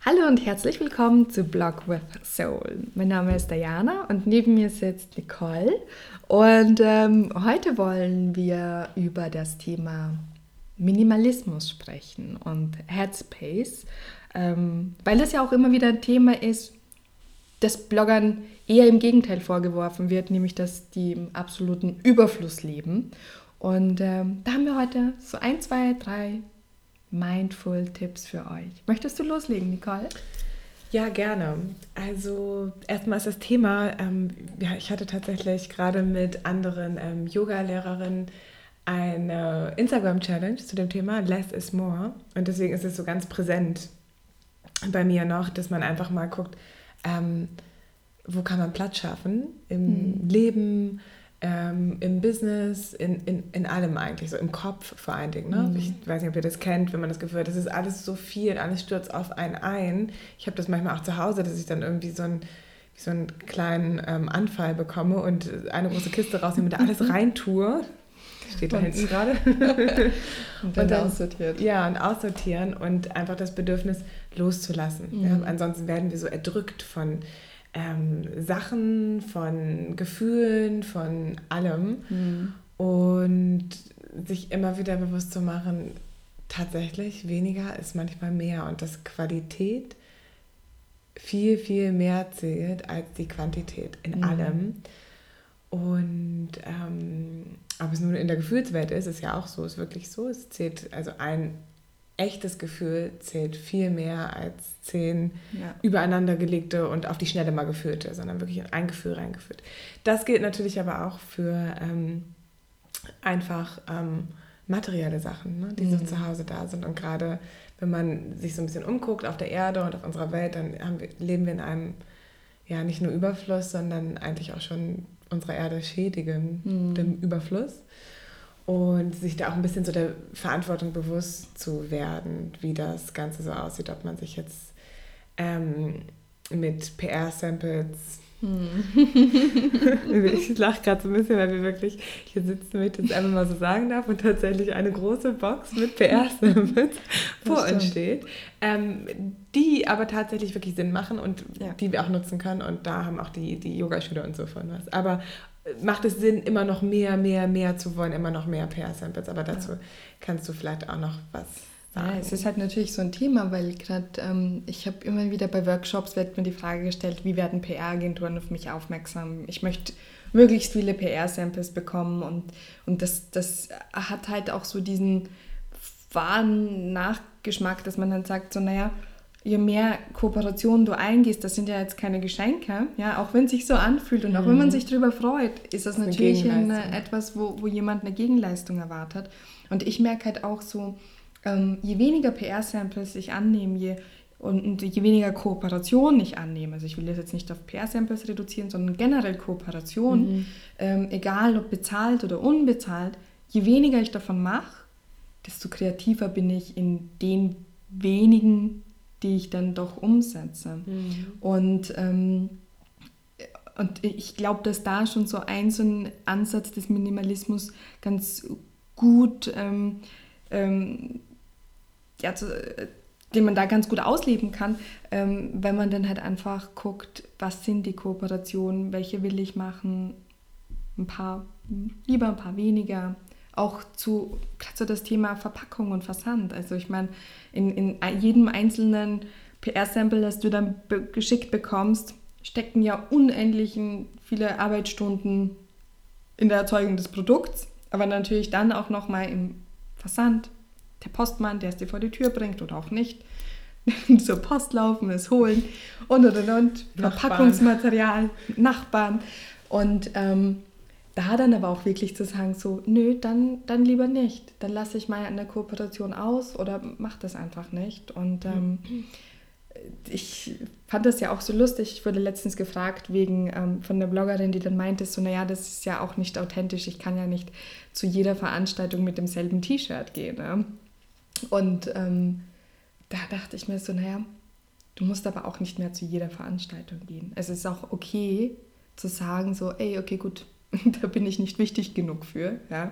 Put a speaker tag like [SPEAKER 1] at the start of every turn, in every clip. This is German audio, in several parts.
[SPEAKER 1] Hallo und herzlich willkommen zu Blog with Soul. Mein Name ist Diana und neben mir sitzt Nicole. Und heute wollen wir über das Thema Minimalismus sprechen und Headspace, weil das ja auch immer wieder ein Thema ist, das Bloggern eher im Gegenteil vorgeworfen wird, nämlich dass die im absoluten Überfluss leben. Und da haben wir heute so 1, 2, 3 Mindful-Tipps für euch. Möchtest du loslegen, Nicole?
[SPEAKER 2] Ja, gerne. Also erstmal ist das Thema, ich hatte tatsächlich gerade mit anderen Yoga-Lehrerinnen eine Instagram-Challenge zu dem Thema Less is More. Und deswegen ist es so ganz präsent bei mir noch, dass man einfach mal guckt, wo kann man Platz schaffen im Leben, im Business, in allem eigentlich, so im Kopf vor allen Dingen. Ne? Ich weiß nicht, ob ihr das kennt, wenn man das Gefühl hat, das ist alles so viel, alles stürzt auf einen ein. Ich habe das manchmal auch zu Hause, dass ich dann irgendwie so einen kleinen Anfall bekomme und eine große Kiste rausnehme und da alles reintue. Steht da hinten gerade.
[SPEAKER 1] Und dann aussortiert.
[SPEAKER 2] Ja, und aussortieren und einfach das Bedürfnis loszulassen. Ja? Ansonsten werden wir so erdrückt von Sachen, von Gefühlen, von allem und sich immer wieder bewusst zu machen, tatsächlich weniger ist manchmal mehr und dass Qualität viel, viel mehr zählt als die Quantität in allem. Und ob es nun in der Gefühlswelt ist ja auch so, ist wirklich so, es zählt, also ein echtes Gefühl zählt viel mehr als 10 übereinander gelegte und auf die Schnelle mal gefüllte, sondern wirklich in ein Gefühl reingefüllt. Das gilt natürlich aber auch für einfach materielle Sachen, ne, die so zu Hause da sind. Und gerade wenn man sich so ein bisschen umguckt auf der Erde und auf unserer Welt, dann leben wir in einem, ja, nicht nur Überfluss, sondern eigentlich auch schon unsere Erde schädigen, dem Überfluss. Und sich da auch ein bisschen so der Verantwortung bewusst zu werden, wie das Ganze so aussieht, ob man sich jetzt mit PR-Samples, ich lache gerade so ein bisschen, weil wir wirklich hier sitzen, wenn ich das einfach mal so sagen darf, und tatsächlich eine große Box mit PR-Samples vor uns steht, die aber tatsächlich wirklich Sinn machen und die wir auch nutzen können, und da haben auch die Yogaschüler und so von was. Aber macht es Sinn, immer noch mehr zu wollen, immer noch mehr PR-Samples, aber dazu kannst du vielleicht auch noch was sagen.
[SPEAKER 1] Ja, es ist halt natürlich so ein Thema, weil gerade ich habe immer wieder bei Workshops, wird mir die Frage gestellt, wie werden PR-Agenturen auf mich aufmerksam? Ich möchte möglichst viele PR-Samples bekommen und das hat halt auch so diesen wahren Nachgeschmack, dass man dann sagt, so naja, je mehr Kooperationen du eingehst, das sind ja jetzt keine Geschenke, ja, auch wenn es sich so anfühlt und auch wenn man sich darüber freut, ist das natürlich etwas, wo jemand eine Gegenleistung erwartet. Und ich merke halt auch so, je weniger PR-Samples ich annehme, und je weniger Kooperation ich annehme, also ich will das jetzt nicht auf PR-Samples reduzieren, sondern generell Kooperation, egal ob bezahlt oder unbezahlt, je weniger ich davon mache, desto kreativer bin ich in den wenigen, die ich dann doch umsetze. Und ich glaube, dass da schon so ein Ansatz des Minimalismus ganz gut, den man da ganz gut ausleben kann, wenn man dann halt einfach guckt, was sind die Kooperationen, welche will ich machen, ein paar lieber, ein paar weniger. Auch zu das Thema Verpackung und Versand. Also ich meine, in jedem einzelnen PR-Sample, das du dann geschickt bekommst, stecken ja unendlich viele Arbeitsstunden in der Erzeugung des Produkts, aber natürlich dann auch nochmal im Versand. Der Postmann, der es dir vor die Tür bringt oder auch nicht, zur Post laufen, es holen und. Verpackungsmaterial, Nachbarn und da dann aber auch wirklich zu sagen, so, nö, dann lieber nicht. Dann lasse ich mal eine Kooperation aus oder mach das einfach nicht. Und ich fand das ja auch so lustig. Ich wurde letztens gefragt von der Bloggerin, die dann meinte, so, naja, das ist ja auch nicht authentisch. Ich kann ja nicht zu jeder Veranstaltung mit demselben T-Shirt gehen. Ne? Und da dachte ich mir so, naja, du musst aber auch nicht mehr zu jeder Veranstaltung gehen. Es ist auch okay zu sagen so, ey, okay, gut, da bin ich nicht wichtig genug für. Ja?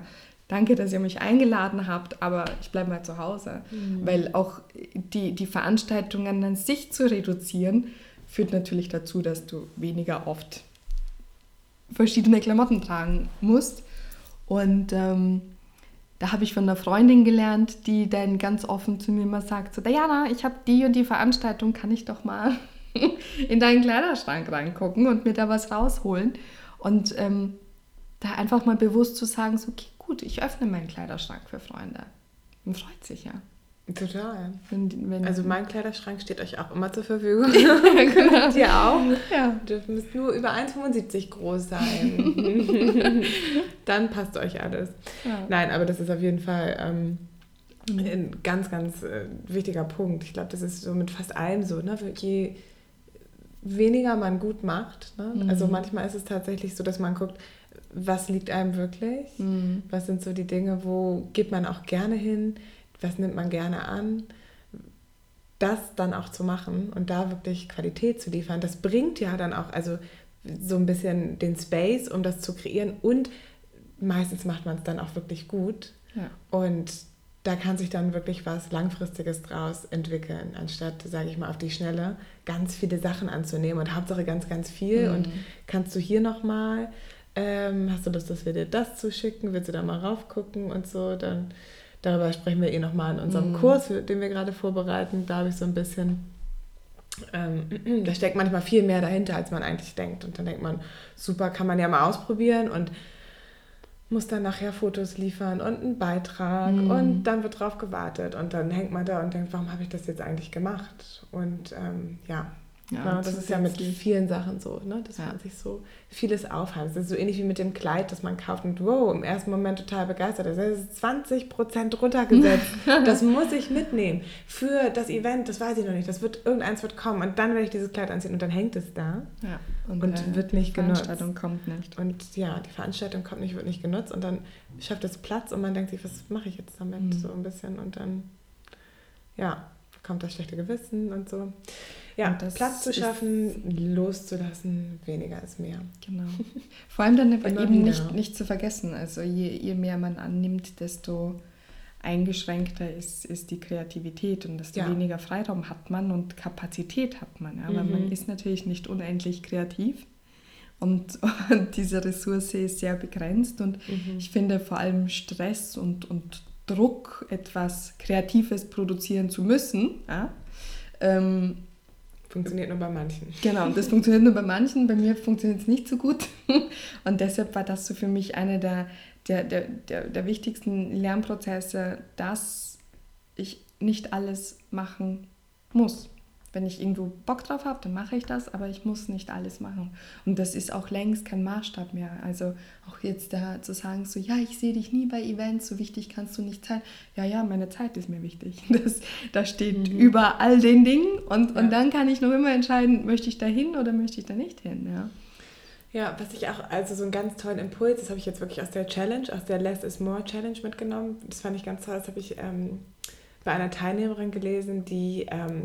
[SPEAKER 1] danke, dass ihr mich eingeladen habt, aber ich bleibe mal zu Hause. Weil auch die Veranstaltungen an sich zu reduzieren, führt natürlich dazu, dass du weniger oft verschiedene Klamotten tragen musst. Und da habe ich von einer Freundin gelernt, die dann ganz offen zu mir immer sagt, so, Diana, ich habe die und die Veranstaltung, kann ich doch mal in deinen Kleiderschrank reingucken und mir da was rausholen. Und da einfach mal bewusst zu sagen, so, okay, gut, ich öffne meinen Kleiderschrank für Freunde. Man freut sich ja.
[SPEAKER 2] Total.
[SPEAKER 1] Wenn
[SPEAKER 2] Also mein Kleiderschrank steht euch auch immer zur Verfügung. Genau. Ihr auch.
[SPEAKER 1] Ja.
[SPEAKER 2] Ihr müsst nur über 1,75 groß sein. Dann passt euch alles. Ja. Nein, aber das ist auf jeden Fall ein ganz, ganz wichtiger Punkt. Ich glaube, das ist so mit fast allem so. Ne? Je weniger man gut macht, ne? Also manchmal ist es tatsächlich so, dass man guckt, was liegt einem wirklich? Was sind so die Dinge, wo geht man auch gerne hin? Was nimmt man gerne an? Das dann auch zu machen und da wirklich Qualität zu liefern, das bringt ja dann auch also so ein bisschen den Space, um das zu kreieren und meistens macht man es dann auch wirklich gut. Ja. Und da kann sich dann wirklich was Langfristiges draus entwickeln, anstatt, sage ich mal, auf die Schnelle ganz viele Sachen anzunehmen und Hauptsache ganz, ganz viel und kannst du hier nochmal, hast du Lust, dass wir dir das zuschicken, willst du da mal raufgucken und so, dann darüber sprechen wir nochmal in unserem Kurs, den wir gerade vorbereiten. Da habe ich so ein bisschen, da steckt manchmal viel mehr dahinter, als man eigentlich denkt. Und dann denkt man, super, kann man ja mal ausprobieren und muss dann nachher Fotos liefern und einen Beitrag und dann wird drauf gewartet. Und dann hängt man da und denkt, warum habe ich das jetzt eigentlich gemacht? Und das ist ja mit vielen Sachen so, ne? Dass man sich so vieles aufhält. Das ist so ähnlich wie mit dem Kleid, das man kauft und wow, im ersten Moment total begeistert ist. Das ist 20% runtergesetzt. Das muss ich mitnehmen für das Event, das weiß ich noch nicht. Irgendeins wird kommen und dann werde ich dieses Kleid anziehen und dann hängt es da und wird nicht genutzt. Die Veranstaltung kommt nicht. Und ja, die Veranstaltung kommt nicht, wird nicht genutzt und dann schafft es Platz und man denkt sich, was mache ich jetzt damit? So ein bisschen und dann, kommt das schlechte Gewissen und so. Ja, Platz zu schaffen, loszulassen, weniger ist mehr.
[SPEAKER 1] Genau. Vor allem dann aber eben nicht zu vergessen. Also je mehr man annimmt, desto eingeschränkter ist die Kreativität und desto weniger Freiraum hat man und Kapazität hat man. Ja? Aber man ist natürlich nicht unendlich kreativ und diese Ressource ist sehr begrenzt und ich finde vor allem Stress und Druck, etwas Kreatives produzieren zu müssen,
[SPEAKER 2] funktioniert nur bei manchen.
[SPEAKER 1] Genau, das funktioniert nur bei manchen. Bei mir funktioniert es nicht so gut. Und deshalb war das so für mich einer der wichtigsten Lernprozesse, dass ich nicht alles machen muss. Wenn ich irgendwo Bock drauf habe, dann mache ich das, aber ich muss nicht alles machen. Und das ist auch längst kein Maßstab mehr. Also auch jetzt da zu sagen, so ja, ich sehe dich nie bei Events, so wichtig kannst du nicht sein. Ja, meine Zeit ist mir wichtig. Das steht über all den Dingen und dann kann ich noch immer entscheiden, möchte ich da hin oder möchte ich da nicht hin.
[SPEAKER 2] Ja, was ich auch, also so einen ganz tollen Impuls, das habe ich jetzt wirklich aus der Challenge, aus der Less is More Challenge mitgenommen. Das fand ich ganz toll, das habe ich bei einer Teilnehmerin gelesen, die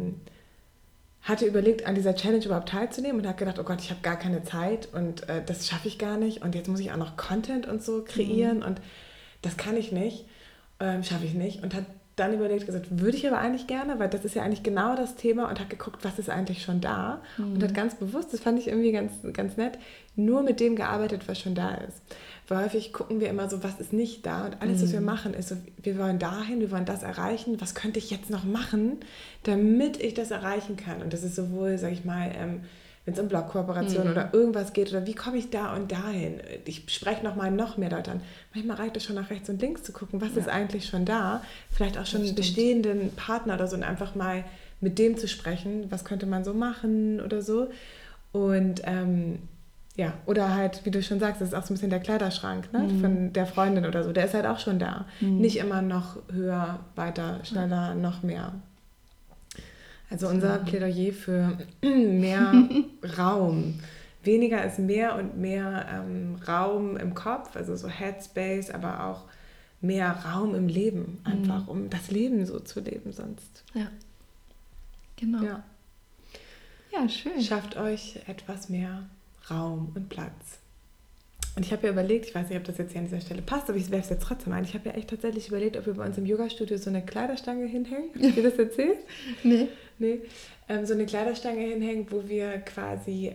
[SPEAKER 2] hatte überlegt, an dieser Challenge überhaupt teilzunehmen und hat gedacht, oh Gott, ich habe gar keine Zeit und das schaffe ich gar nicht und jetzt muss ich auch noch Content und so kreieren und das kann ich nicht, schaffe ich nicht und hat dann überlegt, gesagt, würde ich aber eigentlich gerne, weil das ist ja eigentlich genau das Thema und hat geguckt, was ist eigentlich schon da und hat ganz bewusst, das fand ich irgendwie ganz, ganz nett, nur mit dem gearbeitet, was schon da ist. Weil häufig gucken wir immer so, was ist nicht da und alles, was wir machen, ist so, wir wollen dahin, wir wollen das erreichen, was könnte ich jetzt noch machen, damit ich das erreichen kann. Und das ist sowohl, sag ich mal, wenn es um Blog-Kooperation oder irgendwas geht oder wie komme ich da und dahin. Ich spreche noch mehr Leute an. Manchmal reicht es schon nach rechts und links zu gucken, was ist eigentlich schon da, vielleicht auch schon einen bestehenden Partner oder so und einfach mal mit dem zu sprechen, was könnte man so machen oder so. Und oder halt, wie du schon sagst, das ist auch so ein bisschen der Kleiderschrank, ne? Von der Freundin oder so, der ist halt auch schon da. Nicht immer noch höher, weiter, schneller, noch mehr. Also unser Plädoyer für mehr Raum. Weniger ist mehr und mehr Raum im Kopf, also so Headspace, aber auch mehr Raum im Leben, einfach um das Leben so zu leben sonst.
[SPEAKER 1] Ja, genau.
[SPEAKER 2] Ja, schön. Schafft euch etwas mehr Raum und Platz. Und ich habe ja überlegt, ich weiß nicht, ob das jetzt hier an dieser Stelle passt, aber ich werfe es jetzt trotzdem ein. Ich habe ja echt tatsächlich überlegt, ob wir bei uns im Yoga-Studio so eine Kleiderstange hinhängen. Hast du dir das erzählt?
[SPEAKER 1] Nee.
[SPEAKER 2] Nee. So eine Kleiderstange hinhängen, wo wir quasi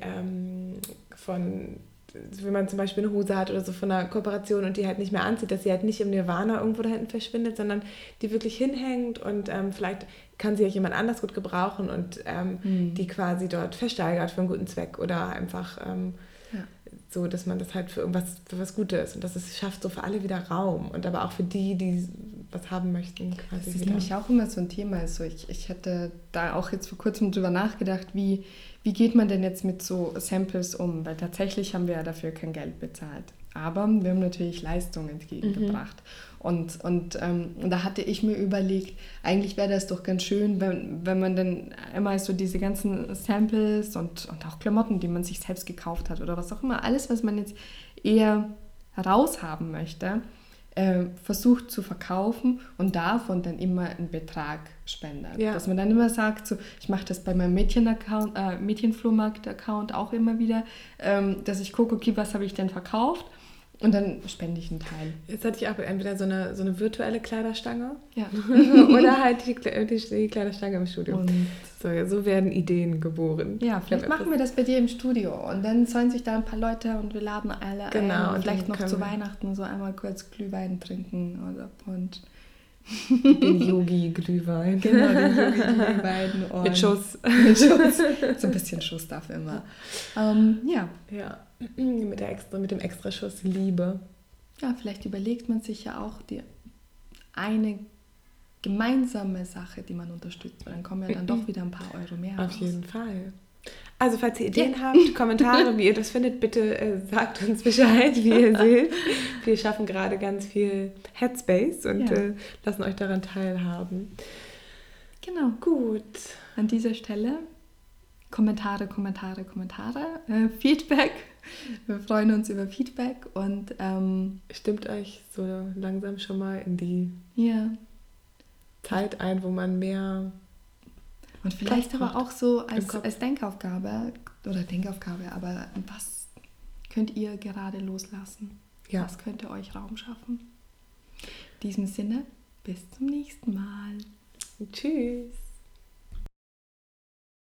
[SPEAKER 2] wenn man zum Beispiel eine Hose hat oder so von einer Kooperation und die halt nicht mehr anzieht, dass sie halt nicht im Nirvana irgendwo da hinten verschwindet, sondern die wirklich hinhängt und vielleicht kann sie ja jemand anders gut gebrauchen und die quasi dort versteigert für einen guten Zweck oder einfach so, dass man das halt für was Gutes und dass es schafft so für alle wieder Raum und aber auch für die was haben möchten quasi.
[SPEAKER 1] Das ist nämlich auch immer so ein Thema. Also ich hatte da auch jetzt vor kurzem drüber nachgedacht, wie geht man denn jetzt mit so Samples um? Weil tatsächlich haben wir ja dafür kein Geld bezahlt. Aber wir haben natürlich Leistung entgegengebracht. Und da hatte ich mir überlegt, eigentlich wäre das doch ganz schön, wenn man dann einmal so diese ganzen Samples und auch Klamotten, die man sich selbst gekauft hat oder was auch immer, alles, was man jetzt eher raushaben möchte, versucht zu verkaufen und davon dann immer einen Betrag spendet. Ja. Dass man dann immer sagt, so, ich mache das bei meinem Mädchenflohmarkt-Account auch immer wieder, dass ich gucke, okay, was habe ich denn verkauft? Und dann spende ich einen Teil.
[SPEAKER 2] Jetzt hatte ich auch entweder so eine virtuelle Kleiderstange oder halt die Kleiderstange im Studio. Und so werden Ideen geboren.
[SPEAKER 1] Ja, vielleicht machen wir das bei dir im Studio und dann sollen sich da ein paar Leute und wir laden alle ein. Und vielleicht noch zu Weihnachten so einmal kurz Glühwein trinken oder Punsch.
[SPEAKER 2] Den Yogi-Glühwein.
[SPEAKER 1] Genau, den Yogi-Glühwein.
[SPEAKER 2] Mit Schuss.
[SPEAKER 1] So ein bisschen Schuss darf immer. Ja.
[SPEAKER 2] Mit dem Extraschuss Liebe.
[SPEAKER 1] Ja, vielleicht überlegt man sich ja auch eine gemeinsame Sache, die man unterstützt. Dann kommen ja dann doch wieder ein paar Euro mehr
[SPEAKER 2] raus. Auf jeden Fall. Also falls ihr Ideen habt, Kommentare, wie ihr das findet, bitte sagt uns Bescheid, wie ihr seht. Wir schaffen gerade ganz viel Headspace und lassen euch daran teilhaben.
[SPEAKER 1] Genau.
[SPEAKER 2] Gut.
[SPEAKER 1] An dieser Stelle Kommentare, Feedback. Wir freuen uns über Feedback und
[SPEAKER 2] stimmt euch so langsam schon mal in die Zeit ein, wo man mehr...
[SPEAKER 1] Und vielleicht aber auch so als Denkaufgabe, aber was könnt ihr gerade loslassen? Ja. Was könnte euch Raum schaffen? In diesem Sinne, bis zum nächsten Mal.
[SPEAKER 2] Tschüss.